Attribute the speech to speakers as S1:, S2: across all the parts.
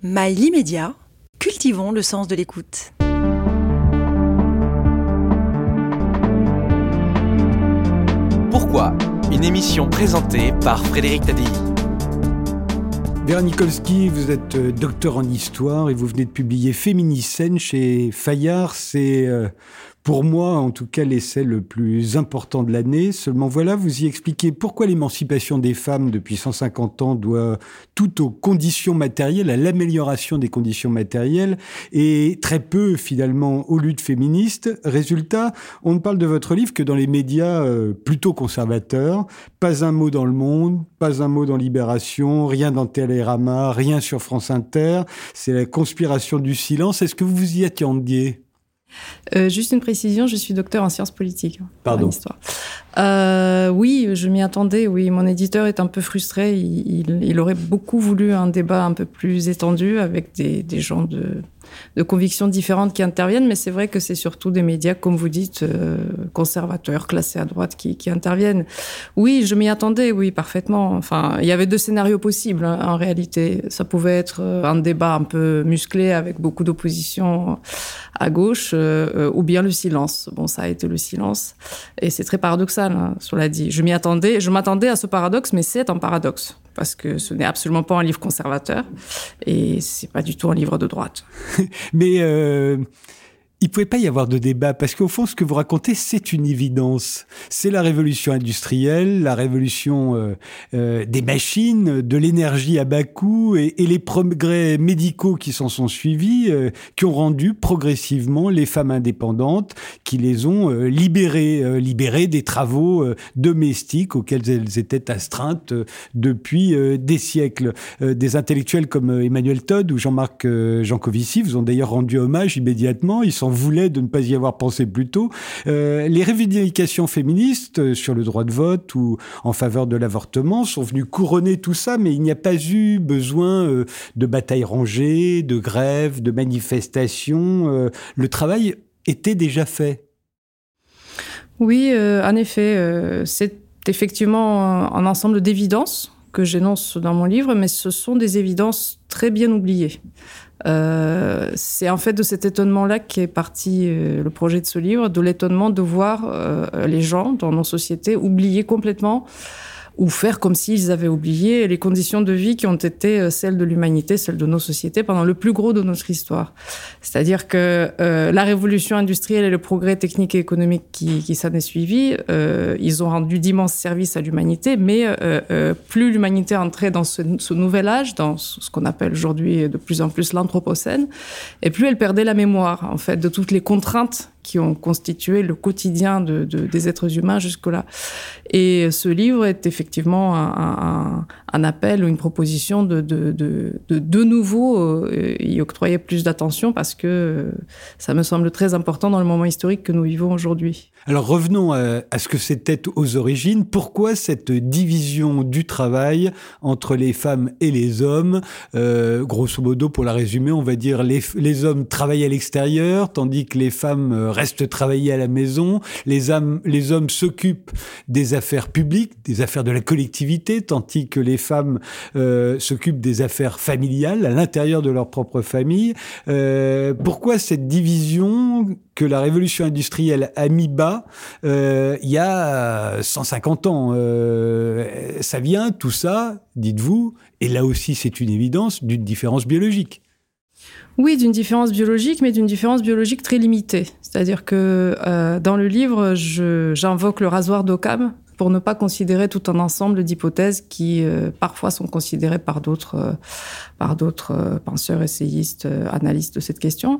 S1: Mail immédiat, cultivons le sens de l'écoute.
S2: Pourquoi ? Une émission présentée par Frédéric Tadei.
S3: Vera Nikolski, vous êtes docteur en histoire et vous venez de publier Féminicène chez Fayard. C'est pour moi, en tout cas, l'essai le plus important de l'année. Seulement voilà, vous y expliquez pourquoi l'émancipation des femmes depuis 150 ans doit tout aux conditions matérielles, à l'amélioration des conditions matérielles et très peu, finalement, aux luttes féministes. Résultat, on ne parle de votre livre que dans les médias plutôt conservateurs. Pas un mot dans Le Monde, pas un mot dans Libération, rien dans Télérama, rien sur France Inter. C'est la conspiration du silence. Est-ce que vous vous y attendiez ?
S4: Juste une précision, je suis docteur en sciences politiques.
S3: Pardon.
S4: En histoire. Oui, je m'y attendais. Oui, mon éditeur est un peu frustré. Il aurait beaucoup voulu un débat un peu plus étendu avec des gens de convictions différentes qui interviennent, mais c'est vrai que c'est surtout des médias, comme vous dites, conservateurs, classés à droite, qui interviennent. Oui, je m'y attendais, oui, parfaitement. Enfin, il y avait deux scénarios possibles, hein, en réalité. Ça pouvait être un débat un peu musclé avec beaucoup d'opposition à gauche, ou bien le silence. Bon, ça a été le silence. Et c'est très paradoxal, hein, cela dit. Je m'attendais à ce paradoxe, mais c'est un paradoxe. Parce que ce n'est absolument pas un livre conservateur. Et c'est pas du tout un livre de droite.
S3: Mais il ne pouvait pas y avoir de débat, parce qu'au fond, ce que vous racontez, c'est une évidence. C'est la révolution industrielle, la révolution des machines, de l'énergie à bas coût, et les progrès médicaux qui s'en sont suivis, qui ont rendu progressivement les femmes indépendantes, qui les ont libérées des travaux domestiques auxquels elles étaient astreintes depuis des siècles. Des intellectuels comme Emmanuel Todd ou Jean-Marc Jancovici vous ont d'ailleurs rendu hommage immédiatement. Ils s'en voulaient de ne pas y avoir pensé plus tôt. Les revendications féministes sur le droit de vote ou en faveur de l'avortement sont venues couronner tout ça, mais il n'y a pas eu besoin de batailles rangées, de grèves, de manifestations. Le travail était déjà fait.
S4: Oui, en effet, c'est effectivement un ensemble d'évidences que j'énonce dans mon livre, mais ce sont des évidences très bien oubliées. C'est en fait de cet étonnement-là qu'est parti le projet de ce livre, de l'étonnement de voir les gens dans nos sociétés oublier complètement ou faire comme s'ils avaient oublié les conditions de vie qui ont été celles de l'humanité, celles de nos sociétés pendant le plus gros de notre histoire. C'est-à-dire que la révolution industrielle et le progrès technique et économique qui s'en est suivi, ils ont rendu d'immenses services à l'humanité, mais plus l'humanité entrait dans ce nouvel âge, dans ce qu'on appelle aujourd'hui de plus en plus l'anthropocène, et plus elle perdait la mémoire, en fait, de toutes les contraintes qui ont constitué le quotidien des êtres humains jusque-là. Et ce livre est effectivement un appel ou une proposition de nouveau y octroyer plus d'attention parce que ça me semble très important dans le moment historique que nous vivons aujourd'hui.
S3: Alors revenons à ce que c'était aux origines. Pourquoi cette division du travail entre les femmes et les hommes ? Grosso modo, pour la résumer, on va dire les hommes travaillent à l'extérieur, tandis que les femmes restent travailler à la maison. Les hommes s'occupent des affaires publiques, des affaires de la collectivité, tandis que les femmes s'occupent des affaires familiales à l'intérieur de leur propre famille. Pourquoi cette division que la révolution industrielle a mis bas il y a 150 ans? Ça vient, tout ça, dites-vous, et là aussi c'est une évidence, d'une différence biologique.
S4: Oui, d'une différence biologique, mais d'une différence biologique très limitée. C'est-à-dire que dans le livre, j'invoque le rasoir d'Occam pour ne pas considérer tout un ensemble d'hypothèses qui parfois sont considérées par d'autres penseurs, essayistes, analystes de cette question.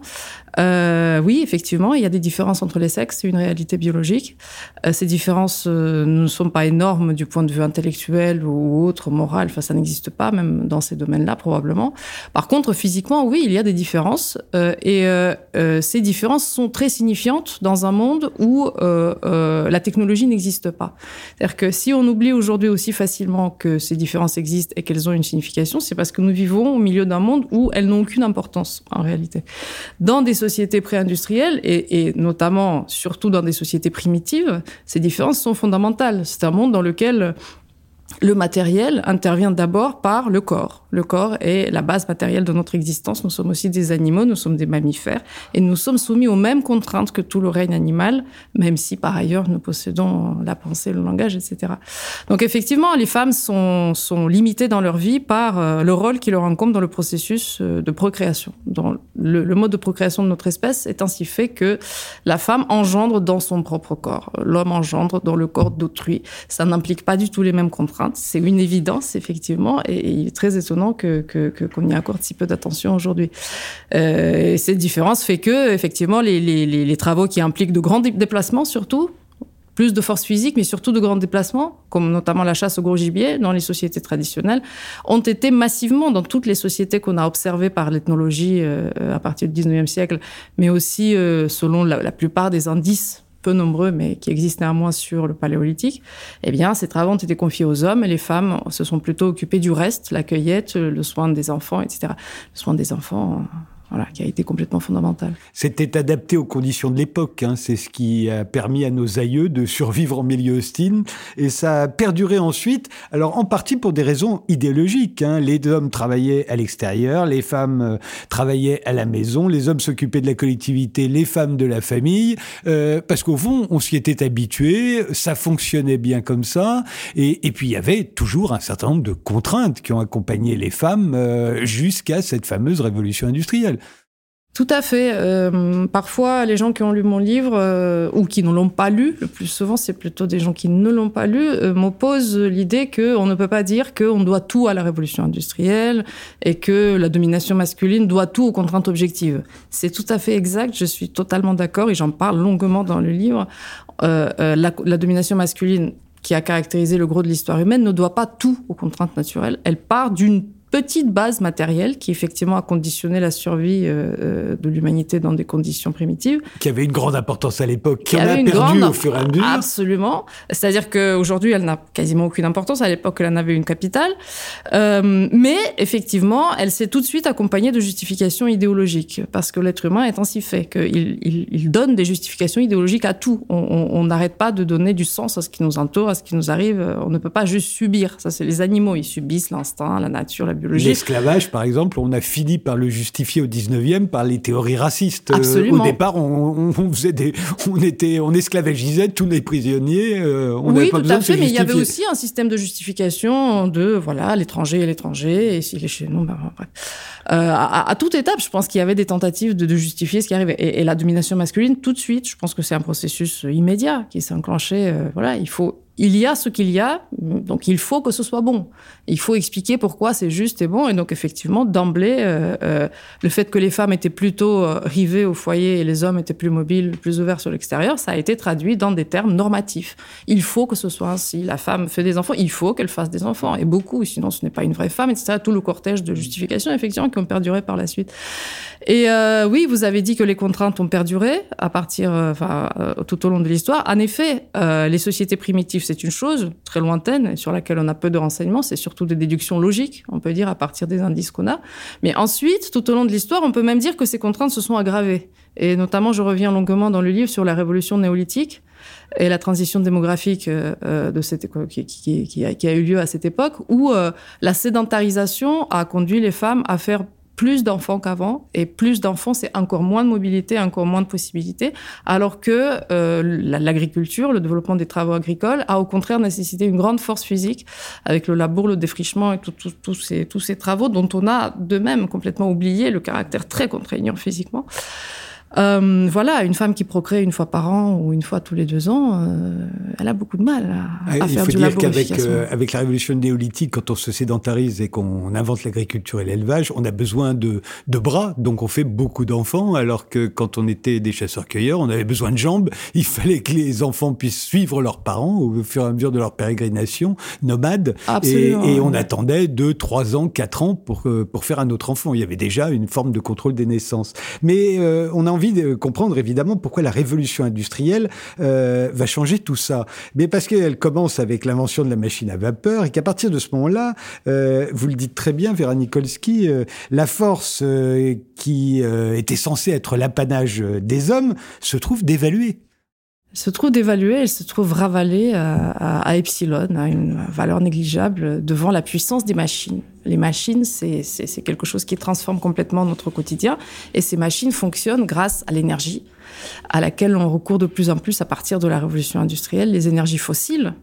S4: Oui, effectivement, il y a des différences entre les sexes, c'est une réalité biologique. Ces différences ne sont pas énormes du point de vue intellectuel ou autre, moral, enfin ça n'existe pas, même dans ces domaines-là probablement. Par contre, physiquement, oui, il y a des différences et ces différences sont très signifiantes dans un monde où la technologie n'existe pas. C'est-à-dire que si on oublie aujourd'hui aussi facilement que ces différences existent et qu'elles ont une signification, c'est parce que nous vivons au milieu d'un monde où elles n'ont aucune importance, en réalité. Dans des sociétés pré-industrielles, et notamment, surtout dans des sociétés primitives, ces différences sont fondamentales. C'est un monde dans lequel le matériel intervient d'abord par le corps. Le corps est la base matérielle de notre existence. Nous sommes aussi des animaux, nous sommes des mammifères, et nous sommes soumis aux mêmes contraintes que tout le règne animal, même si par ailleurs nous possédons la pensée, le langage, etc. Donc effectivement, les femmes sont limitées dans leur vie par le rôle qui leur incombe dans le processus de procréation. Dans le mode de procréation de notre espèce est ainsi fait que la femme engendre dans son propre corps. L'homme engendre dans le corps d'autrui. Ça n'implique pas du tout les mêmes contraintes. C'est une évidence, effectivement, et il est très étonnant qu'on y accorde si peu d'attention aujourd'hui. Et cette différence fait que, effectivement, les travaux qui impliquent de grands déplacements, surtout, plus de force physique, mais surtout de grands déplacements, comme notamment la chasse au gros gibier dans les sociétés traditionnelles, ont été massivement, dans toutes les sociétés qu'on a observées par l'ethnologie à partir du 19e siècle, mais aussi selon la plupart des indices peu nombreux, mais qui existent néanmoins sur le paléolithique, eh bien, ces travaux ont été confiés aux hommes et les femmes se sont plutôt occupées du reste, la cueillette, le soin des enfants, etc. Le soin des enfants, voilà, qui a été complètement fondamental.
S3: C'était adapté aux conditions de l'époque, hein. C'est ce qui a permis à nos aïeux de survivre en milieu hostile, et ça a perduré ensuite, alors en partie pour des raisons idéologiques, hein. Les hommes travaillaient à l'extérieur, les femmes travaillaient à la maison, les hommes s'occupaient de la collectivité, les femmes de la famille, parce qu'au fond, on s'y était habitué, ça fonctionnait bien comme ça, et puis il y avait toujours un certain nombre de contraintes qui ont accompagné les femmes jusqu'à cette fameuse révolution industrielle.
S4: Tout à fait. Parfois, les gens qui ont lu mon livre, ou qui ne l'ont pas lu, le plus souvent, c'est plutôt des gens qui ne l'ont pas lu, m'opposent l'idée qu'on ne peut pas dire qu'on doit tout à la révolution industrielle et que la domination masculine doit tout aux contraintes objectives. C'est tout à fait exact, je suis totalement d'accord, et j'en parle longuement dans le livre. La domination masculine, qui a caractérisé le gros de l'histoire humaine, ne doit pas tout aux contraintes naturelles. Elle part d'une petite base matérielle qui, effectivement, a conditionné la survie de l'humanité dans des conditions primitives.
S3: Qui avait une grande importance à l'époque, qui en a perdu au fur et à mesure.
S4: Absolument. C'est-à-dire qu'aujourd'hui, elle n'a quasiment aucune importance. À l'époque, elle en avait une capitale. Mais, effectivement, elle s'est tout de suite accompagnée de justifications idéologiques. Parce que l'être humain est ainsi fait, qu'il donne des justifications idéologiques à tout. On n'arrête pas de donner du sens à ce qui nous entoure, à ce qui nous arrive. On ne peut pas juste subir. Ça, c'est les animaux. Ils subissent l'instinct, la nature, la biologie.
S3: L'esclavage, par exemple, on a fini par le justifier au 19e par les théories racistes.
S4: Absolument.
S3: Au départ, on esclavagisait tous les prisonniers. On n'avait pas besoin de se justifier.
S4: Mais il y avait aussi un système de justification de, voilà, l'étranger est l'étranger, et s'il est chez nous, ben, bref. À toute étape, je pense qu'il y avait des tentatives de justifier ce qui arrivait. Et la domination masculine, tout de suite, je pense que c'est un processus immédiat qui s'est enclenché. Voilà, il y a ce qu'il y a, donc il faut que ce soit bon. Il faut expliquer pourquoi c'est juste et bon. Et donc, effectivement, d'emblée, le fait que les femmes étaient plutôt rivées au foyer et les hommes étaient plus mobiles, plus ouverts sur l'extérieur, ça a été traduit dans des termes normatifs. Il faut que ce soit ainsi. La femme fait des enfants, il faut qu'elle fasse des enfants. Et beaucoup, sinon ce n'est pas une vraie femme, etc. Tout le cortège de justifications, effectivement, qui ont perduré par la suite. Et oui, vous avez dit que les contraintes ont perduré à partir, tout au long de l'histoire. En effet, les sociétés primitives, c'est une chose très lointaine et sur laquelle on a peu de renseignements. C'est surtout des déductions logiques, on peut dire, à partir des indices qu'on a. Mais ensuite, tout au long de l'histoire, on peut même dire que ces contraintes se sont aggravées. Et notamment, je reviens longuement dans le livre sur la révolution néolithique et la transition démographique de cette qui a eu lieu à cette époque, où la sédentarisation a conduit les femmes à faire plus d'enfants qu'avant, et plus d'enfants, c'est encore moins de mobilité, encore moins de possibilités, alors que l'agriculture, le développement des travaux agricoles, a au contraire nécessité une grande force physique, avec le labour, le défrichement et tous ces travaux dont on a de même complètement oublié le caractère très contraignant physiquement. Voilà, une femme qui procrée une fois par an ou une fois tous les 2 ans, elle a beaucoup de mal à faire du labour efficacement. Il faut dire
S3: qu'avec la révolution néolithique, quand on se sédentarise et qu'on invente l'agriculture et l'élevage, on a besoin de bras, donc on fait beaucoup d'enfants, alors que quand on était des chasseurs-cueilleurs, on avait besoin de jambes. Il fallait que les enfants puissent suivre leurs parents au fur et à mesure de leur pérégrination nomade. Et on attendait 2, 3 ans, 4 ans pour faire un autre enfant. Il y avait déjà une forme de contrôle des naissances. Mais on a envie de comprendre évidemment pourquoi la révolution industrielle va changer tout ça. Mais parce qu'elle commence avec l'invention de la machine à vapeur et qu'à partir de ce moment-là, vous le dites très bien, Vera Nikolsky, la force qui était censée être l'apanage des hommes se trouve dévaluée.
S4: Elle se trouve dévaluée, elle se trouve ravalée à epsilon, à une valeur négligeable devant la puissance des machines. Les machines, c'est quelque chose qui transforme complètement notre quotidien. Et ces machines fonctionnent grâce à l'énergie, à laquelle on recourt de plus en plus à partir de la révolution industrielle. Les énergies fossiles,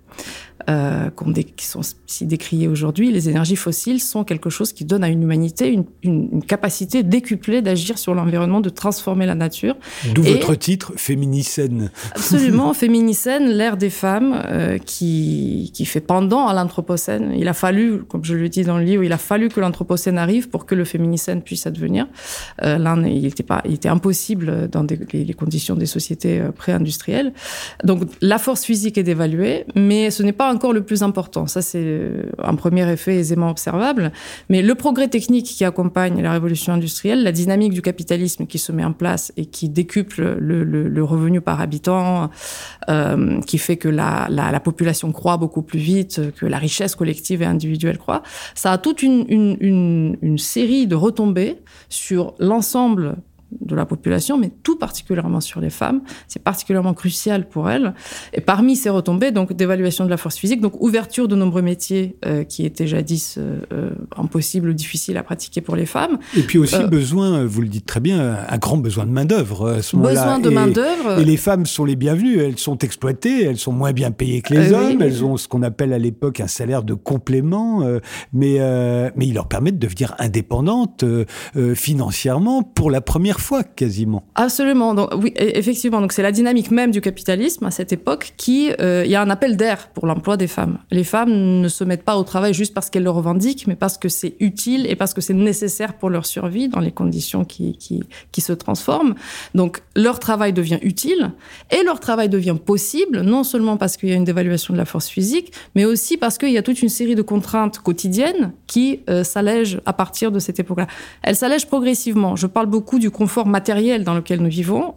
S4: qui sont si décriées aujourd'hui, les énergies fossiles sont quelque chose qui donne à une humanité une capacité décuplée d'agir sur l'environnement, de transformer la nature.
S3: D'où votre titre, Féminicène.
S4: Absolument, Féminicène, l'ère des femmes, qui fait pendant à l'Anthropocène. Il a fallu, comme je le dis dans le livre, il a fallu que l'Anthropocène arrive pour que le Féminicène puisse advenir. Il était impossible dans les conditions des sociétés pré-industrielles. Donc, la force physique est dévaluée, mais ce n'est pas encore le plus important. Ça, c'est un premier effet aisément observable. Mais le progrès technique qui accompagne la révolution industrielle, la dynamique du capitalisme qui se met en place et qui décuple le revenu par habitant, qui fait que la population croît beaucoup plus vite, que la richesse collective et individuelle croît, ça a toute une série de retombées sur l'ensemble de la population, mais tout particulièrement sur les femmes. C'est particulièrement crucial pour elles. Et parmi ces retombées, donc d'évaluation de la force physique, donc ouverture de nombreux métiers qui étaient jadis impossibles ou difficiles à pratiquer pour les femmes.
S3: Et puis aussi besoin, vous le dites très bien, un grand besoin de main-d'œuvre à ce moment-là.
S4: Besoin de main-d'œuvre.
S3: Et les femmes sont les bienvenues. Elles sont exploitées, elles sont moins bien payées que les hommes. Oui. Elles ont ce qu'on appelle à l'époque un salaire de complément, mais ils leur permettent de devenir indépendantes financièrement pour la première fois quasiment.
S4: Absolument. Donc, oui, effectivement. Donc, c'est la dynamique même du capitalisme à cette époque qui, il y a un appel d'air pour l'emploi des femmes. Les femmes ne se mettent pas au travail juste parce qu'elles le revendiquent, mais parce que c'est utile et parce que c'est nécessaire pour leur survie dans les conditions qui se transforment. Donc, leur travail devient utile et leur travail devient possible, non seulement parce qu'il y a une dévaluation de la force physique, mais aussi parce qu'il y a toute une série de contraintes quotidiennes qui s'allègent à partir de cette époque-là. Elles s'allègent progressivement. Je parle beaucoup du confort matériel dans lequel nous vivons.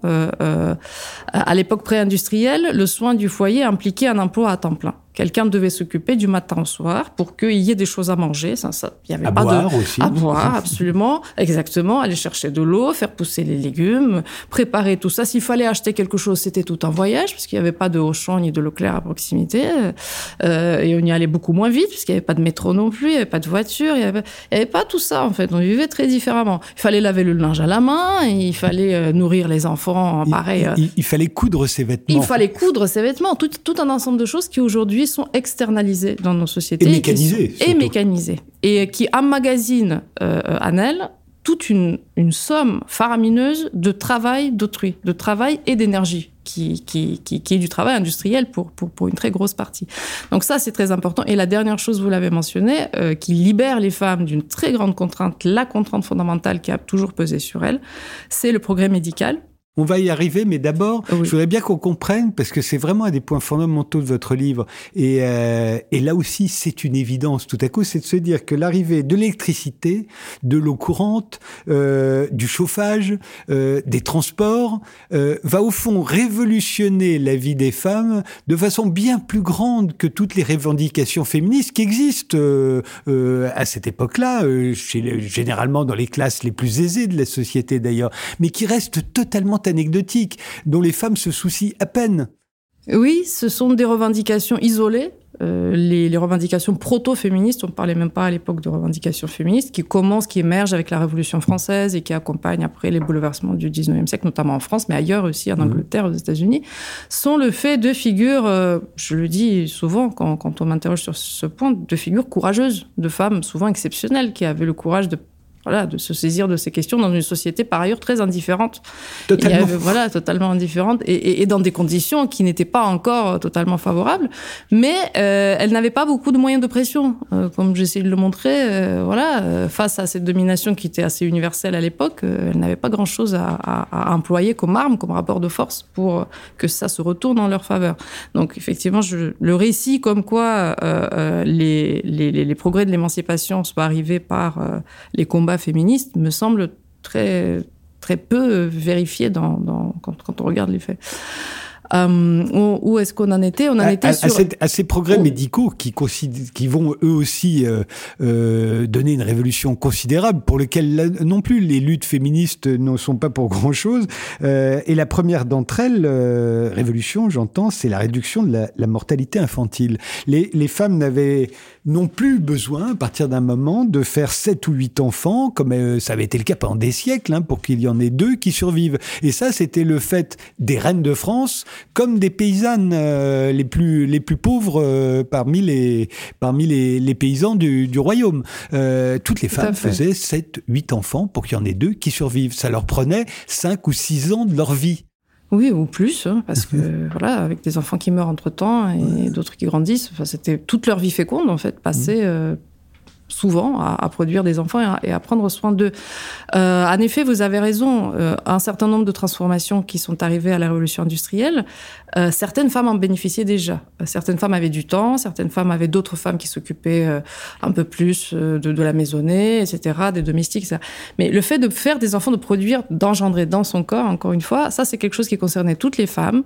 S4: À l'époque pré-industrielle, le soin du foyer impliquait un emploi à temps plein. Quelqu'un devait s'occuper du matin au soir pour qu'il y ait des choses à manger. Il y avait pas
S3: boire aussi.
S4: À boire, absolument. Exactement. Aller chercher de l'eau, faire pousser les légumes, préparer tout ça. S'il fallait acheter quelque chose, c'était tout un voyage, parce qu'il n'y avait pas de Auchan ni de Leclerc à proximité. Et on y allait beaucoup moins vite, parce qu'il n'y avait pas de métro non plus, il n'y avait pas de voiture, il n'y avait pas tout ça, en fait. On vivait très différemment. Il fallait laver le linge à la main, il fallait nourrir les enfants, pareil.
S3: Il fallait coudre ses vêtements.
S4: Il fallait coudre ses vêtements. Tout un ensemble de choses qui, aujourd'hui, sont externalisées dans nos sociétés.
S3: Et
S4: mécanisées. Et qui emmagasinent en elles toute une somme faramineuse de travail d'autrui, de travail et d'énergie, qui est du travail industriel pour une très grosse partie. Donc ça, c'est très important. Et la dernière chose, vous l'avez mentionné, qui libère les femmes d'une très grande contrainte, la contrainte fondamentale qui a toujours pesé sur elles, c'est le progrès médical.
S3: On va y arriver, mais d'abord, je voudrais bien qu'on comprenne, parce que c'est vraiment un des points fondamentaux de votre livre, et là aussi, c'est une évidence tout à coup, c'est de se dire que l'arrivée de l'électricité, de l'eau courante, du chauffage, des transports, va au fond révolutionner la vie des femmes de façon bien plus grande que toutes les revendications féministes qui existent à cette époque-là, généralement dans les classes les plus aisées de la société d'ailleurs, mais qui restent totalement anecdotiques, dont les femmes se soucient à peine.
S4: Oui, ce sont des revendications isolées. Les revendications proto-féministes, on ne parlait même pas à l'époque de revendications féministes, qui émergent avec la Révolution française et qui accompagnent après les bouleversements du 19e siècle, notamment en France, mais ailleurs aussi, en Angleterre, aux États-Unis, sont le fait de figures, je le dis souvent quand on m'interroge sur ce point, de figures courageuses, de femmes souvent exceptionnelles, qui avaient le courage de se saisir de ces questions dans une société par ailleurs très indifférente.
S3: Totalement.
S4: Totalement indifférente et dans des conditions qui n'étaient pas encore totalement favorables. Mais elle n'avait pas beaucoup de moyens de pression. Comme j'essaie de le montrer, face à cette domination qui était assez universelle à l'époque, elle n'avait pas grand-chose à employer comme arme, comme rapport de force pour que ça se retourne en leur faveur. Donc effectivement, le récit comme quoi les progrès de l'émancipation sont arrivés par les combats féministe me semble très, très peu vérifié quand on regarde les faits. Où est-ce qu'on en était? On en était sur...
S3: À ces progrès médicaux qui vont eux aussi donner une révolution considérable, pour lesquels là, non plus les luttes féministes ne sont pas pour grand-chose. Et la première d'entre elles, révolution, j'entends, c'est la réduction de la mortalité infantile. Les femmes n'avaient non plus besoin, à partir d'un moment, de faire 7 ou 8 enfants, comme ça avait été le cas pendant des siècles, pour qu'il y en ait 2 qui survivent. Et ça, c'était le fait des reines de France, comme des paysannes les plus pauvres parmi les paysans du royaume. Toutes les femmes faisaient 7, 8 enfants pour qu'il y en ait 2 qui survivent. Ça leur prenait 5 ou 6 ans de leur vie.
S4: Oui, ou plus, parce que voilà, avec des enfants qui meurent entre-temps et d'autres qui grandissent, c'était toute leur vie féconde, en fait, passée souvent à produire des enfants et à prendre soin d'eux. En effet, vous avez raison, un certain nombre de transformations qui sont arrivées à la révolution industrielle, certaines femmes en bénéficiaient déjà. Certaines femmes avaient du temps, certaines femmes avaient d'autres femmes qui s'occupaient un peu plus de la maisonnée, etc., des domestiques, etc. Mais le fait de faire des enfants, de produire, d'engendrer dans son corps, encore une fois, ça c'est quelque chose qui concernait toutes les femmes.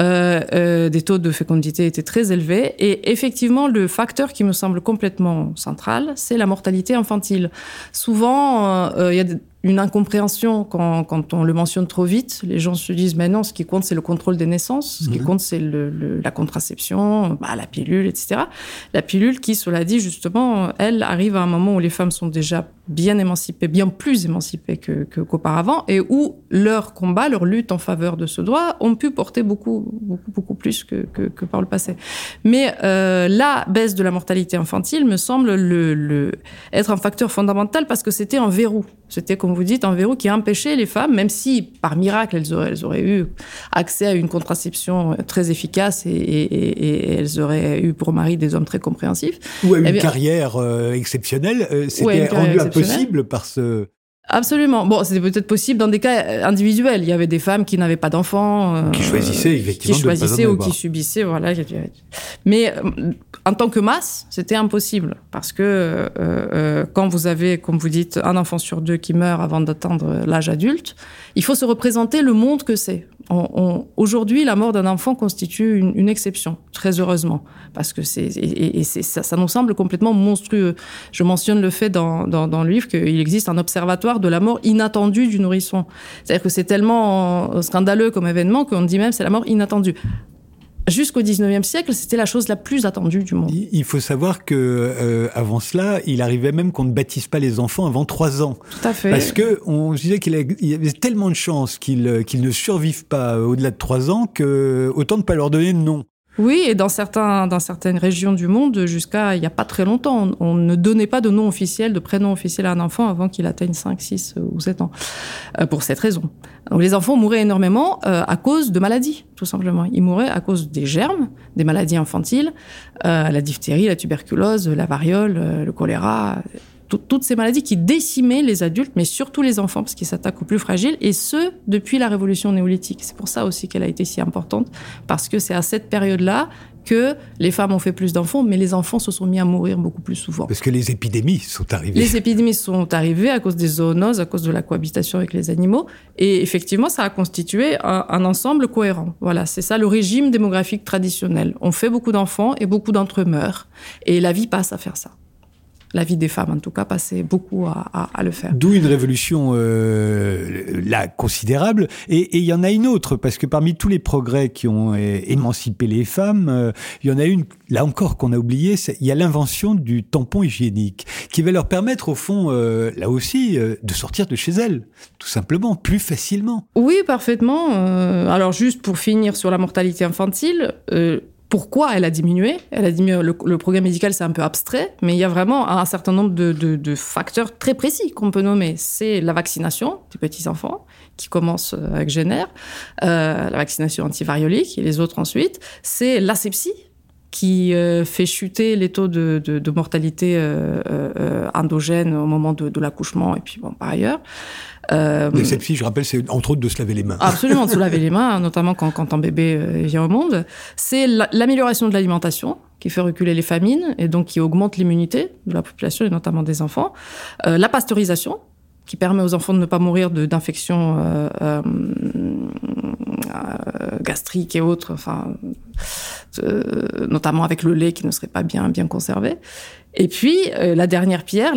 S4: Des taux de fécondité étaient très élevés. Et effectivement, le facteur qui me semble complètement central, c'est la mortalité infantile. Souvent, il y a une incompréhension quand on le mentionne trop vite. Les gens se disent, mais non, ce qui compte, c'est le contrôle des naissances. Ce qui compte, c'est la contraception, la pilule, etc. La pilule qui, cela dit, justement, elle arrive à un moment où les femmes sont déjà bien émancipées, bien plus émancipées qu'auparavant, et où leur combat, leur lutte en faveur de ce droit ont pu porter beaucoup plus que par le passé. Mais la baisse de la mortalité infantile me semble être un facteur fondamental parce que c'était un verrou. C'était, comme vous dites, un verrou qui empêchait les femmes, même si, par miracle, elles auraient eu accès à une contraception très efficace et elles auraient eu pour mari des hommes très compréhensifs.
S3: Ou à une carrière exceptionnelle. C'était rendu impossible par ce...
S4: Absolument. Bon, c'était peut-être possible dans des cas individuels. Il y avait des femmes qui n'avaient pas d'enfants.
S3: Qui choisissaient, effectivement,
S4: qui choisissaient ou qui subissaient, voilà. Mais en tant que masse, c'était impossible. Parce que quand vous avez, comme vous dites, un enfant sur 2 qui meurt avant d'atteindre l'âge adulte, il faut se représenter le monde que c'est. Aujourd'hui, la mort d'un enfant constitue une exception, très heureusement, parce que ça nous semble complètement monstrueux. Je mentionne le fait dans le livre qu'il existe un observatoire de la mort inattendue du nourrisson. C'est-à-dire que c'est tellement scandaleux comme événement qu'on dit même c'est la mort inattendue. Jusqu'au 19e siècle, c'était la chose la plus attendue du monde.
S3: Il faut savoir que avant cela, il arrivait même qu'on ne baptise pas les enfants avant 3 ans.
S4: Tout à fait.
S3: Parce que on disait qu'il y avait tellement de chances qu'ils ne survivent pas au-delà de 3 ans que autant ne pas leur donner de nom.
S4: Oui, et dans certaines régions du monde, jusqu'à il n'y a pas très longtemps, on ne donnait pas de nom officiel, de prénom officiel à un enfant avant qu'il atteigne 5, 6 ou 7 ans, pour cette raison. Donc les enfants mouraient énormément à cause de maladies, tout simplement. Ils mouraient à cause des germes, des maladies infantiles, la diphtérie, la tuberculose, la variole, le choléra... Toutes ces maladies qui décimaient les adultes, mais surtout les enfants, parce qu'ils s'attaquent aux plus fragiles, et ce, depuis la révolution néolithique. C'est pour ça aussi qu'elle a été si importante, parce que c'est à cette période-là que les femmes ont fait plus d'enfants, mais les enfants se sont mis à mourir beaucoup plus souvent.
S3: Parce que les épidémies sont arrivées.
S4: Les épidémies sont arrivées à cause des zoonoses, à cause de la cohabitation avec les animaux, et effectivement, ça a constitué un ensemble cohérent. Voilà, c'est ça le régime démographique traditionnel. On fait beaucoup d'enfants et beaucoup d'entre eux meurent, et la vie passe à faire ça. La vie des femmes, en tout cas, passait beaucoup à le faire.
S3: D'où une révolution là considérable. Et il y en a une autre, parce que parmi tous les progrès qui ont émancipé les femmes, il y en a une, là encore, qu'on a oublié, il y a l'invention du tampon hygiénique, qui va leur permettre, au fond, là aussi, de sortir de chez elles, tout simplement, plus facilement.
S4: Oui, parfaitement. Alors, juste pour finir sur la mortalité infantile... Pourquoi elle a diminué ? Le progrès médical, c'est un peu abstrait, mais il y a vraiment un certain nombre de facteurs très précis qu'on peut nommer. C'est la vaccination des petits-enfants, qui commence avec Jenner, la vaccination antivariolique et les autres ensuite. C'est l'asepsie, qui fait chuter les taux de mortalité endogène au moment de l'accouchement et puis bon, par ailleurs.
S3: L'asepsie, je rappelle, c'est entre autres de se laver les mains.
S4: Absolument, de se laver les mains, notamment quand un bébé vient au monde. C'est l'amélioration de l'alimentation qui fait reculer les famines et donc qui augmente l'immunité de la population et notamment des enfants. La pasteurisation, qui permet aux enfants de ne pas mourir d'infections gastriques et autres, notamment avec le lait qui ne serait pas bien conservé. Et puis, la dernière pierre,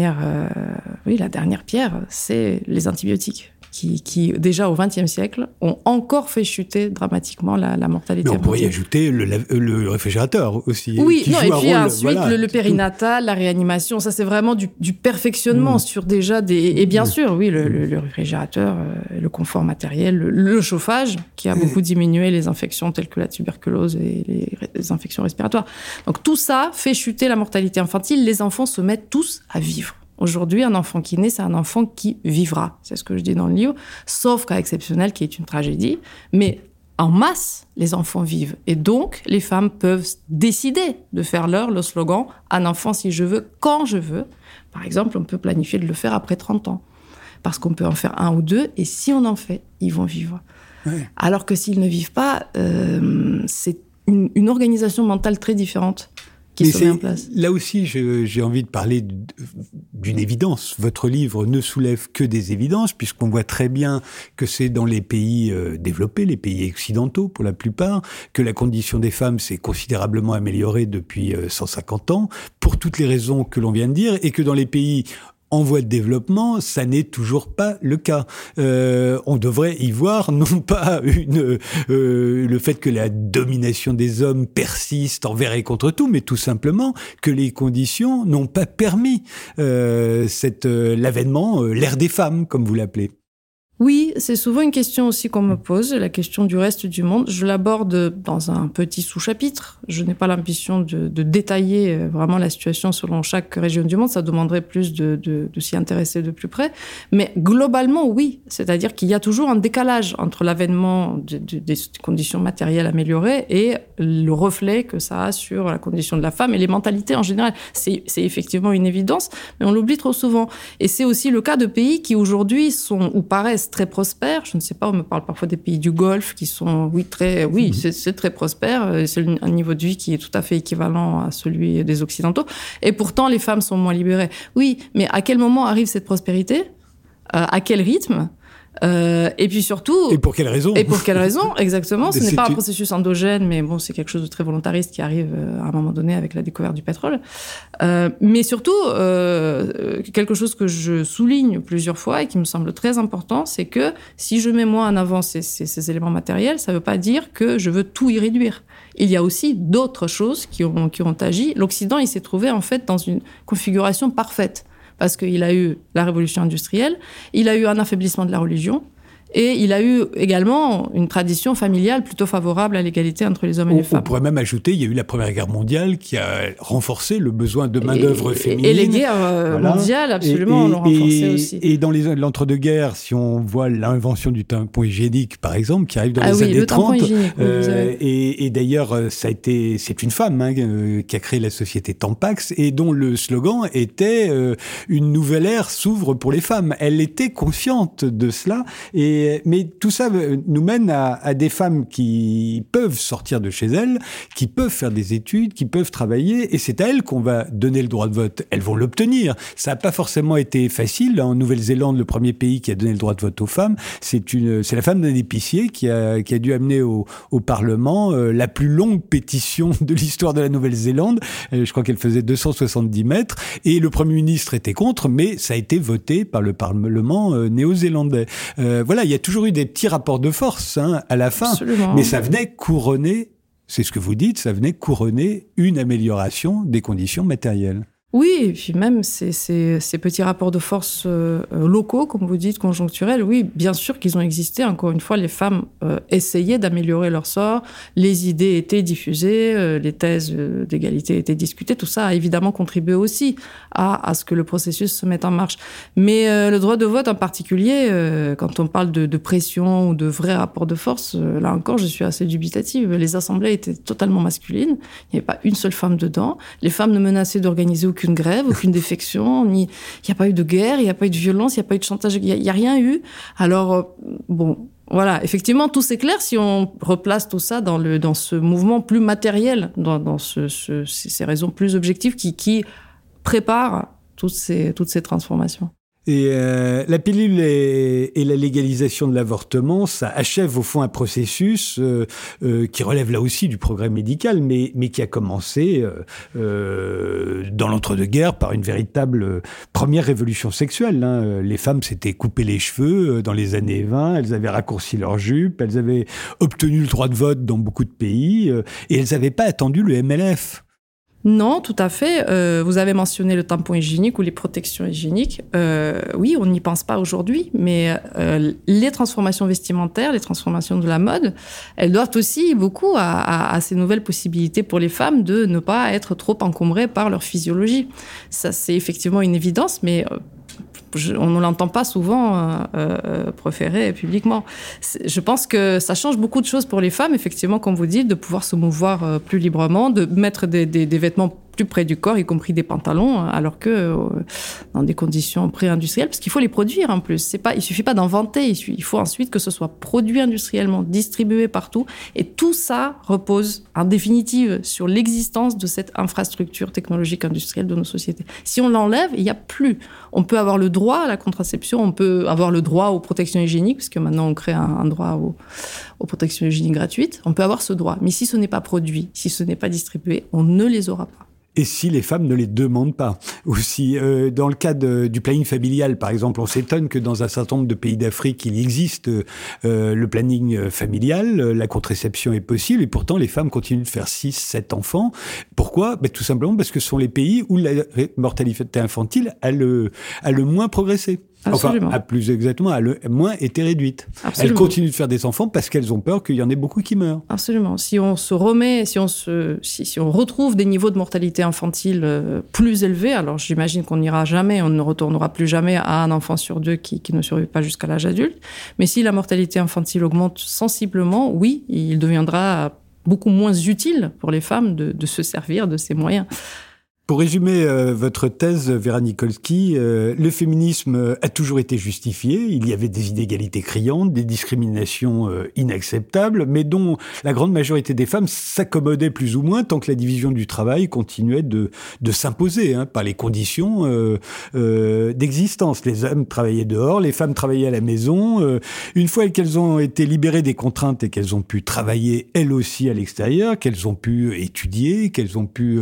S4: c'est les antibiotiques. Qui déjà au XXe siècle, ont encore fait chuter dramatiquement la mortalité.
S3: Mais on pourrait y ajouter le réfrigérateur aussi.
S4: Oui, et puis ensuite, le périnatal, la réanimation, ça c'est vraiment du perfectionnement sur déjà des... Et bien sûr, oui, le réfrigérateur, le confort matériel, le chauffage, qui a beaucoup diminué les infections telles que la tuberculose et les infections respiratoires. Donc tout ça fait chuter la mortalité infantile. Les enfants se mettent tous à vivre. Aujourd'hui, un enfant qui naît, c'est un enfant qui vivra. C'est ce que je dis dans le livre. Sauf cas exceptionnel qui est une tragédie. Mais en masse, les enfants vivent. Et donc, les femmes peuvent décider de faire le slogan « Un enfant si je veux, quand je veux ». Par exemple, on peut planifier de le faire après 30 ans. Parce qu'on peut en faire 1 ou 2. Et si on en fait, ils vont vivre. Ouais. Alors que s'ils ne vivent pas, c'est une organisation mentale très différente.
S3: Mais là aussi, j'ai envie de parler d'une évidence. Votre livre ne soulève que des évidences, puisqu'on voit très bien que c'est dans les pays développés, les pays occidentaux pour la plupart, que la condition des femmes s'est considérablement améliorée depuis 150 ans, pour toutes les raisons que l'on vient de dire, et que dans les pays en voie de développement, ça n'est toujours pas le cas. On devrait y voir non pas le fait que la domination des hommes persiste envers et contre tout, mais tout simplement que les conditions n'ont pas permis l'avènement, l'ère des femmes, comme vous l'appelez.
S4: Oui, c'est souvent une question aussi qu'on me pose, la question du reste du monde. Je l'aborde dans un petit sous-chapitre. Je n'ai pas l'ambition de détailler vraiment la situation selon chaque région du monde. Ça demanderait plus de s'y intéresser de plus près. Mais globalement, oui. C'est-à-dire qu'il y a toujours un décalage entre l'avènement des conditions matérielles améliorées et le reflet que ça a sur la condition de la femme et les mentalités en général. C'est effectivement une évidence, mais on l'oublie trop souvent. Et c'est aussi le cas de pays qui aujourd'hui sont ou paraissent très prospères. Je ne sais pas, on me parle parfois des pays du Golfe qui sont, c'est très prospère. C'est un niveau de vie qui est tout à fait équivalent à celui des Occidentaux. Et pourtant, les femmes sont moins libérées. Oui, mais à quel moment arrive cette prospérité ? À quel rythme ? Et puis surtout...
S3: Et pour quelle raison ?
S4: Et pour quelle raison, exactement. Ce n'est pas un processus endogène, mais bon, c'est quelque chose de très volontariste qui arrive à un moment donné avec la découverte du pétrole. Mais surtout, quelque chose que je souligne plusieurs fois et qui me semble très important, c'est que si je mets moi en avant ces éléments matériels, ça ne veut pas dire que je veux tout y réduire. Il y a aussi d'autres choses qui ont agi. L'Occident, il s'est trouvé en fait dans une configuration parfaite. Parce qu'il a eu la révolution industrielle, il a eu un affaiblissement de la religion, et il a eu également une tradition familiale plutôt favorable à l'égalité entre les hommes et les femmes.
S3: On pourrait même ajouter, il y a eu la Première Guerre mondiale qui a renforcé le besoin de main-d'œuvre féminine.
S4: Et les guerres mondiales, absolument, l'ont renforcé aussi.
S3: Et dans l'entre-deux-guerres, si on voit l'invention du tampon hygiénique, par exemple, qui arrive dans les années 30. Et d'ailleurs, c'est une femme qui a créé la société Tampax et dont le slogan était une nouvelle ère s'ouvre pour les femmes. Elle était consciente de cela. Mais tout ça nous mène à des femmes qui peuvent sortir de chez elles, qui peuvent faire des études, qui peuvent travailler, et c'est à elles qu'on va donner le droit de vote. Elles vont l'obtenir. Ça n'a pas forcément été facile. En Nouvelle-Zélande, le premier pays qui a donné le droit de vote aux femmes, c'est la femme d'un épicier qui a dû amener au Parlement la plus longue pétition de l'histoire de la Nouvelle-Zélande. Je crois qu'elle faisait 270 mètres, et le Premier ministre était contre, mais ça a été voté par le Parlement néo-zélandais. Voilà, il y a toujours eu des petits rapports de force à la fin.
S4: Absolument.
S3: Mais ça venait couronner, c'est ce que vous dites, ça venait couronner une amélioration des conditions matérielles.
S4: Oui, et puis même ces petits rapports de force locaux, comme vous dites, conjoncturels, oui, bien sûr qu'ils ont existé. Encore une fois, les femmes essayaient d'améliorer leur sort, les idées étaient diffusées, les thèses d'égalité étaient discutées. Tout ça a évidemment contribué aussi à ce que le processus se mette en marche. Mais le droit de vote en particulier, quand on parle de pression ou de vrais rapports de force, là encore, je suis assez dubitative. Les assemblées étaient totalement masculines, il n'y avait pas une seule femme dedans. Les femmes ne menaçaient d'organiser aucune grève, aucune défection, il n'y a pas eu de guerre, il n'y a pas eu de violence, il n'y a pas eu de chantage, il n'y a rien eu. Alors, bon, voilà, effectivement, tout s'éclaire si on replace tout ça dans ce mouvement plus matériel, dans ces raisons plus objectives qui préparent toutes ces transformations.
S3: Et la pilule et la légalisation de l'avortement, ça achève au fond un processus qui relève là aussi du progrès médical, mais qui a commencé dans l'entre-deux-guerres par une véritable première révolution sexuelle. Hein. Les femmes s'étaient coupées les cheveux dans les années 20, elles avaient raccourci leurs jupes, elles avaient obtenu le droit de vote dans beaucoup de pays, et elles n'avaient pas attendu le MLF.
S4: Non, tout à fait. Vous avez mentionné le tampon hygiénique ou les protections hygiéniques. Oui, on n'y pense pas aujourd'hui, mais les transformations vestimentaires, les transformations de la mode, elles doivent aussi beaucoup à ces nouvelles possibilités pour les femmes de ne pas être trop encombrées par leur physiologie. Ça, c'est effectivement une évidence, mais on ne l'entend pas souvent proférer publiquement. Je pense que ça change beaucoup de choses pour les femmes, effectivement, comme vous dites, de pouvoir se mouvoir plus librement, de mettre des vêtements plus près du corps, y compris des pantalons, alors que dans des conditions pré-industrielles, parce qu'il faut les produire en plus. Il suffit pas d'inventer, il faut ensuite que ce soit produit industriellement, distribué partout, et tout ça repose en définitive sur l'existence de cette infrastructure technologique industrielle de nos sociétés. Si on l'enlève, il n'y a plus. On peut avoir le droit à la contraception, on peut avoir le droit aux protections hygiéniques, parce que maintenant on crée un droit aux protections hygiéniques gratuites, on peut avoir ce droit. Mais si ce n'est pas produit, si ce n'est pas distribué, on ne les aura pas.
S3: Et si les femmes ne les demandent pas aussi, dans le cas du planning familial, par exemple, on s'étonne que dans un certain nombre de pays d'Afrique, il existe le planning familial, la contraception est possible, et pourtant les femmes continuent de faire 6, 7 enfants. Pourquoi ? Tout simplement parce que ce sont les pays où la mortalité infantile a le moins progressé.
S4: Absolument.
S3: Enfin, plus exactement, a le moins été réduite.
S4: Absolument.
S3: Elles continuent de faire des enfants parce qu'elles ont peur qu'il y en ait beaucoup qui meurent.
S4: Absolument. Si on retrouve des niveaux de mortalité infantile plus élevés, alors j'imagine qu'on n'ira jamais, on ne retournera plus jamais à un enfant sur 2 qui ne survit pas jusqu'à l'âge adulte. Mais si la mortalité infantile augmente sensiblement, oui, il deviendra beaucoup moins utile pour les femmes de se servir de ces moyens.
S3: Pour résumer votre thèse, Vera Nikolski, le féminisme a toujours été justifié. Il y avait des inégalités criantes, des discriminations inacceptables, mais dont la grande majorité des femmes s'accommodaient plus ou moins tant que la division du travail continuait de s'imposer par les conditions d'existence. Les hommes travaillaient dehors, les femmes travaillaient à la maison. Une fois qu'elles ont été libérées des contraintes et qu'elles ont pu travailler elles aussi à l'extérieur, qu'elles ont pu étudier, qu'elles ont pu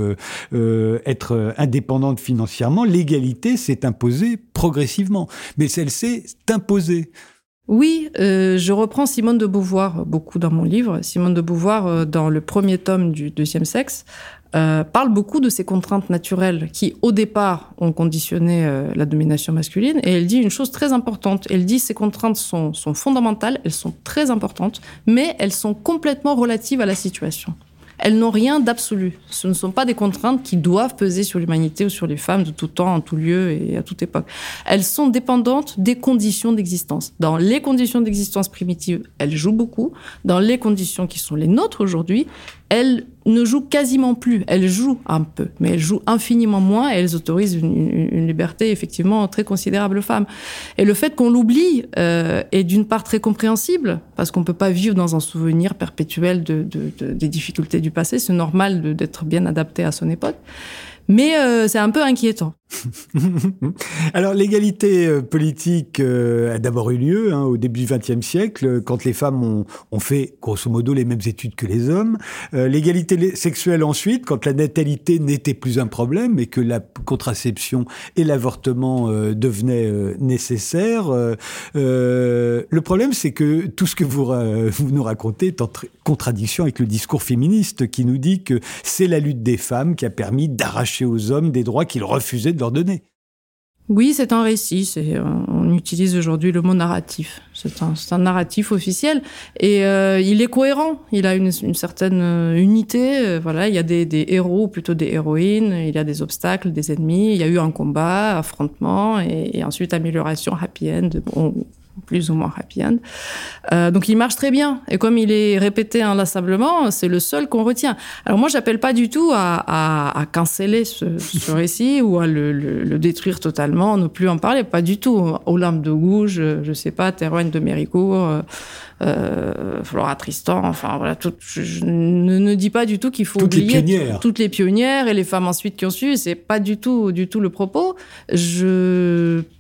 S3: être indépendante financièrement, l'égalité s'est imposée progressivement. Mais elle s'est imposée.
S4: Oui, je reprends Simone de Beauvoir beaucoup dans mon livre. Simone de Beauvoir, dans le premier tome du Deuxième sexe, parle beaucoup de ces contraintes naturelles qui, au départ, ont conditionné la domination masculine. Et elle dit une chose très importante. Elle dit ces contraintes sont fondamentales, elles sont très importantes, mais elles sont complètement relatives à la situation. Elles n'ont rien d'absolu. Ce ne sont pas des contraintes qui doivent peser sur l'humanité ou sur les femmes de tout temps, en tout lieu et à toute époque. Elles sont dépendantes des conditions d'existence. Dans les conditions d'existence primitives, elles jouent beaucoup. Dans les conditions qui sont les nôtres aujourd'hui, elles ne jouent quasiment plus. Elles jouent un peu, mais elles jouent infiniment moins et elles autorisent une liberté effectivement très considérable aux femmes. Et le fait qu'on l'oublie est d'une part très compréhensible, parce qu'on ne peut pas vivre dans un souvenir perpétuel des difficultés du passé. C'est normal d'être bien adapté à son époque. Mais c'est un peu inquiétant.
S3: Alors, l'égalité politique a d'abord eu lieu au début du XXe siècle, quand les femmes ont fait, grosso modo, les mêmes études que les hommes. L'égalité sexuelle ensuite, quand la natalité n'était plus un problème et que la contraception et l'avortement devenaient nécessaires. Le problème, c'est que tout ce que vous nous racontez est en contradiction avec le discours féministe qui nous dit que c'est la lutte des femmes qui a permis d'arracher aux hommes des droits qu'ils refusaient de leur donner.
S4: Oui, c'est un récit. On utilise aujourd'hui le mot narratif. C'est un narratif officiel et il est cohérent. Il a une certaine unité. Voilà, il y a des héros, ou plutôt des héroïnes. Il y a des obstacles, des ennemis. Il y a eu un combat, affrontement et ensuite amélioration, happy end. Plus ou moins happy end. Donc il marche très bien. Et comme il est répété inlassablement, c'est le seul qu'on retient. Alors moi, j'appelle pas du tout à canceller ce récit ou à le détruire totalement, ne plus en parler. Pas du tout. Olympe de Gouges, je sais pas, Théroigne de Méricourt, Flora Tristan, enfin voilà, je ne dis pas du tout qu'il faut oublier toutes les pionnières et les femmes ensuite qui ont su. C'est pas du tout le propos. Je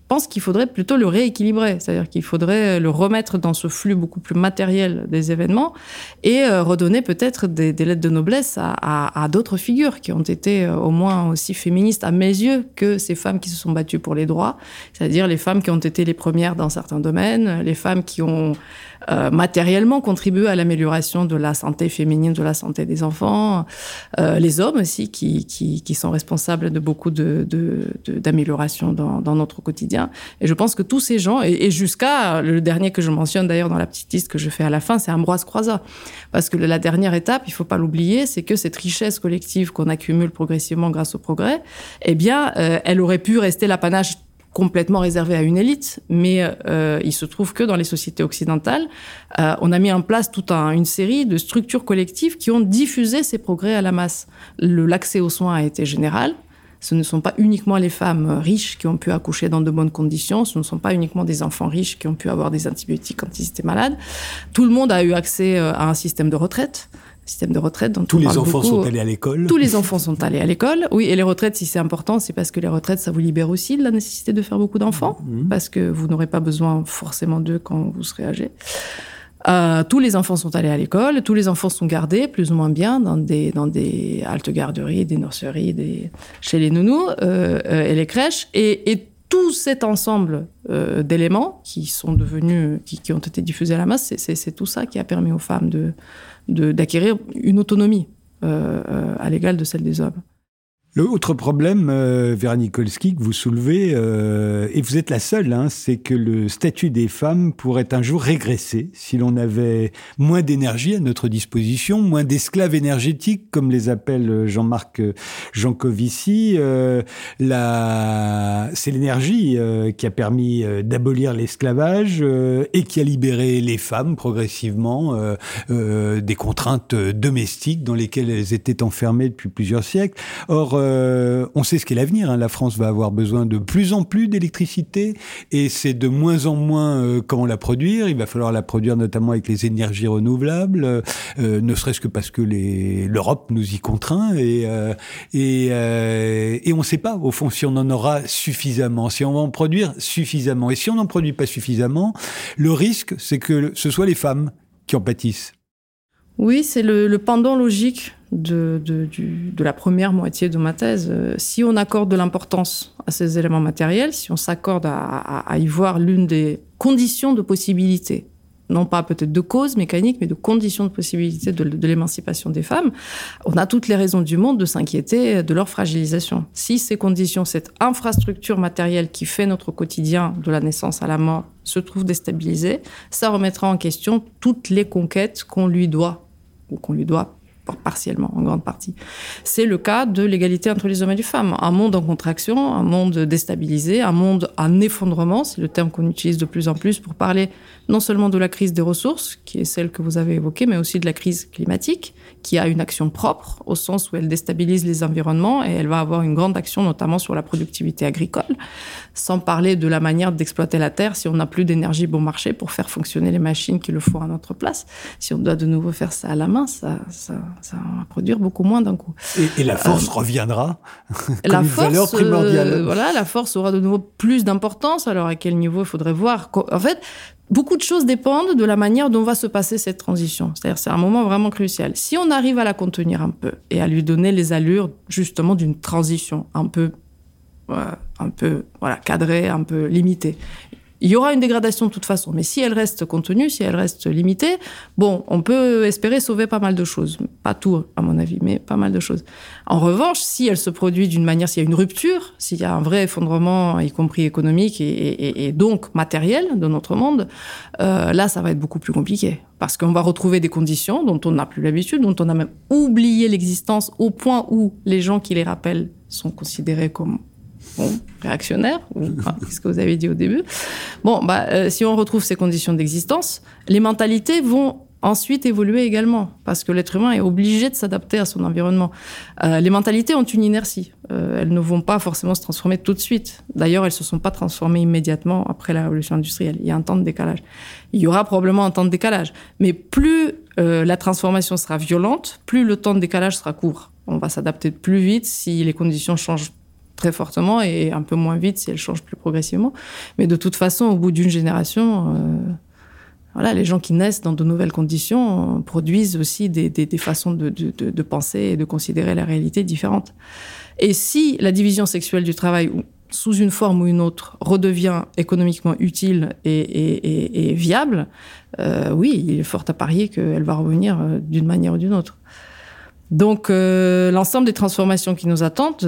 S4: pense qu'il faudrait plutôt le rééquilibrer, c'est-à-dire qu'il faudrait le remettre dans ce flux beaucoup plus matériel des événements et redonner peut-être des lettres de noblesse à d'autres figures qui ont été au moins aussi féministes à mes yeux que ces femmes qui se sont battues pour les droits, c'est-à-dire les femmes qui ont été les premières dans certains domaines, les femmes qui ont matériellement contribué à l'amélioration de la santé féminine, de la santé des enfants, les hommes aussi qui sont responsables de beaucoup d'améliorations dans notre quotidien. Et je pense que tous ces gens, et jusqu'à le dernier que je mentionne d'ailleurs dans la petite liste que je fais à la fin, c'est Ambroise Croizat. Parce que la dernière étape, il faut pas l'oublier, c'est que cette richesse collective qu'on accumule progressivement grâce au progrès, eh bien, elle aurait pu rester l'apanage complètement réservé à une élite, mais il se trouve que dans les sociétés occidentales, on a mis en place toute une série de structures collectives qui ont diffusé ces progrès à la masse. L'accès aux soins a été général. Ce ne sont pas uniquement les femmes riches qui ont pu accoucher dans de bonnes conditions, ce ne sont pas uniquement des enfants riches qui ont pu avoir des antibiotiques quand ils étaient malades. Tout le monde a eu accès à un système de retraite. Dont
S3: tous les enfants sont allés à l'école.
S4: Tous les enfants sont allés à l'école. Oui, et les retraites, si c'est important, c'est parce que les retraites, ça vous libère aussi de la nécessité de faire beaucoup d'enfants, parce que vous n'aurez pas besoin forcément d'eux quand vous serez âgé. Tous les enfants sont allés à l'école, tous les enfants sont gardés plus ou moins bien dans des haltes garderies, des nurseries, chez les nounous et les crèches. Et tout cet ensemble d'éléments qui sont devenus, qui ont été diffusés à la masse, c'est tout ça qui a permis aux femmes d'acquérir une autonomie à l'égal de celle des hommes.
S3: L'autre problème, Vera Nikolski, que vous soulevez, et vous êtes la seule, c'est que le statut des femmes pourrait un jour régresser si l'on avait moins d'énergie à notre disposition, moins d'esclaves énergétiques, comme les appelle Jean-Marc Jancovici. C'est l'énergie qui a permis d'abolir l'esclavage et qui a libéré les femmes progressivement des contraintes domestiques dans lesquelles elles étaient enfermées depuis plusieurs siècles. Or, on sait ce qu'est l'avenir. La France va avoir besoin de plus en plus d'électricité et c'est de moins en moins comment la produire. Il va falloir la produire notamment avec les énergies renouvelables, ne serait-ce que parce que l'Europe nous y contraint et on ne sait pas au fond si on en aura suffisamment, si on va en produire suffisamment. Et si on n'en produit pas suffisamment, le risque c'est que ce soit les femmes qui en pâtissent.
S4: Oui, c'est le pendant logique de la première moitié de ma thèse. Si on accorde de l'importance à ces éléments matériels, si on s'accorde à y voir l'une des conditions de possibilité, non pas peut-être de cause mécanique, mais de conditions de possibilité de l'émancipation des femmes, on a toutes les raisons du monde de s'inquiéter de leur fragilisation. Si ces conditions, cette infrastructure matérielle qui fait notre quotidien de la naissance à la mort se trouve déstabilisée, ça remettra en question toutes les conquêtes qu'on lui doit, ou qu'on lui doit partiellement, en grande partie. C'est le cas de l'égalité entre les hommes et les femmes. Un monde en contraction, un monde déstabilisé, un monde en effondrement, c'est le terme qu'on utilise de plus en plus pour parler non seulement de la crise des ressources, qui est celle que vous avez évoquée, mais aussi de la crise climatique, qui a une action propre, au sens où elle déstabilise les environnements et elle va avoir une grande action, notamment sur la productivité agricole, sans parler de la manière d'exploiter la terre si on n'a plus d'énergie bon marché pour faire fonctionner les machines qui le font à notre place. Si on doit de nouveau faire ça à la main, ça va produire beaucoup moins d'un coup.
S3: Et la force reviendra comme une valeur primordiale.
S4: Voilà, la force aura de nouveau plus d'importance. Alors à quel niveau il faudrait voir. En fait, beaucoup de choses dépendent de la manière dont va se passer cette transition. C'est-à-dire, c'est un moment vraiment crucial. Si on arrive à la contenir un peu et à lui donner les allures justement d'une transition un peu cadrée, un peu limitée, il y aura une dégradation de toute façon, mais si elle reste contenue, si elle reste limitée, bon, on peut espérer sauver pas mal de choses. Pas tout, à mon avis, mais pas mal de choses. En revanche, si elle se produit d'une manière, s'il y a une rupture, s'il y a un vrai effondrement, y compris économique et donc matériel de notre monde, là, ça va être beaucoup plus compliqué. Parce qu'on va retrouver des conditions dont on n'a plus l'habitude, dont on a même oublié l'existence au point où les gens qui les rappellent sont considérés comme réactionnaire, ce que vous avez dit au début. Si on retrouve ces conditions d'existence, les mentalités vont ensuite évoluer également, parce que l'être humain est obligé de s'adapter à son environnement. Les mentalités ont une inertie. Elles ne vont pas forcément se transformer tout de suite. D'ailleurs, elles ne se sont pas transformées immédiatement après la révolution industrielle. Il y a un temps de décalage. Il y aura probablement un temps de décalage. Mais plus la transformation sera violente, plus le temps de décalage sera court. On va s'adapter plus vite si les conditions changent très fortement et un peu moins vite si elles changent plus progressivement. Mais de toute façon, au bout d'une génération, les gens qui naissent dans de nouvelles conditions produisent aussi des façons de penser et de considérer la réalité différentes. Et si la division sexuelle du travail, sous une forme ou une autre, redevient économiquement utile et viable, oui, il est fort à parier qu'elle va revenir d'une manière ou d'une autre. Donc, l'ensemble des transformations qui nous attendent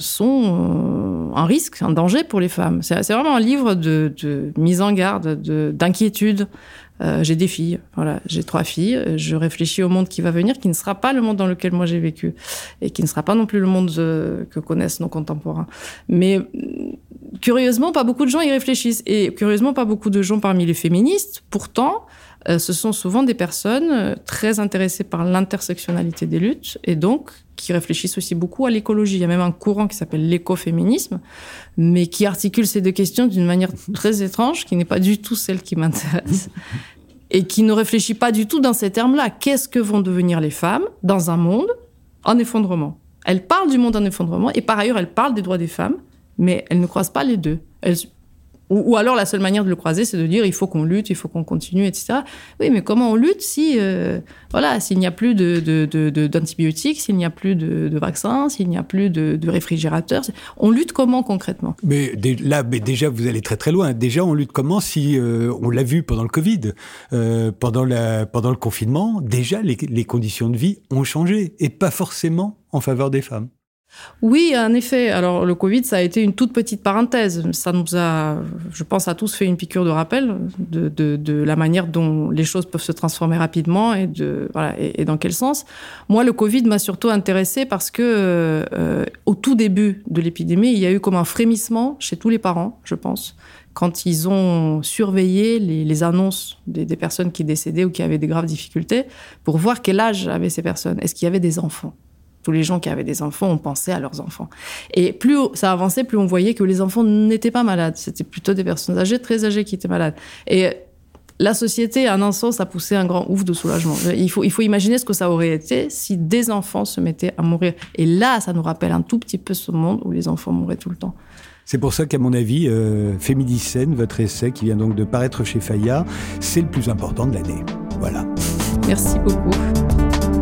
S4: sont un risque, un danger pour les femmes. C'est vraiment un livre de mise en garde, d'inquiétude. J'ai des filles, j'ai 3 filles. Je réfléchis au monde qui va venir, qui ne sera pas le monde dans lequel moi j'ai vécu, et qui ne sera pas non plus le monde que connaissent nos contemporains. Mais curieusement, pas beaucoup de gens y réfléchissent. Et curieusement, pas beaucoup de gens parmi les féministes. Pourtant, ce sont souvent des personnes très intéressées par l'intersectionnalité des luttes et donc qui réfléchissent aussi beaucoup à l'écologie. Il y a même un courant qui s'appelle l'écoféminisme, mais qui articule ces 2 questions d'une manière très étrange, qui n'est pas du tout celle qui m'intéresse et qui ne réfléchit pas du tout dans ces termes-là. Qu'est-ce que vont devenir les femmes dans un monde en effondrement ? Elle parle du monde en effondrement et par ailleurs, elle parle des droits des femmes, mais elle ne croise pas les deux. Ou alors, la seule manière de le croiser, c'est de dire il faut qu'on lutte, il faut qu'on continue, etc. Oui, mais comment on lutte si, s'il n'y a plus d'antibiotiques, s'il n'y a plus de vaccins, s'il n'y a plus de réfrigérateurs? On lutte comment concrètement?
S3: Mais déjà, vous allez très très loin. Déjà, on lutte comment si, on l'a vu pendant le Covid, pendant le confinement, déjà les conditions de vie ont changé et pas forcément en faveur des femmes.
S4: Oui, en effet. Alors, le Covid, ça a été une toute petite parenthèse. Ça nous a, je pense, à tous fait une piqûre de rappel de la manière dont les choses peuvent se transformer rapidement et dans quel sens. Moi, le Covid m'a surtout intéressée parce que, au tout début de l'épidémie, il y a eu comme un frémissement chez tous les parents, je pense, quand ils ont surveillé les annonces des personnes qui décédaient ou qui avaient des graves difficultés pour voir quel âge avaient ces personnes. Est-ce qu'il y avait des enfants ? Tous les gens qui avaient des enfants, on pensait à leurs enfants. Et plus ça avançait, plus on voyait que les enfants n'étaient pas malades. C'était plutôt des personnes âgées, très âgées, qui étaient malades. Et la société, en un sens, a poussé un grand ouf de soulagement. Il faut imaginer ce que ça aurait été si des enfants se mettaient à mourir. Et là, ça nous rappelle un tout petit peu ce monde où les enfants mouraient tout le temps.
S3: C'est pour ça qu'à mon avis, Féminicène, votre essai qui vient donc de paraître chez Fayard, c'est le plus important de l'année. Voilà.
S4: Merci beaucoup.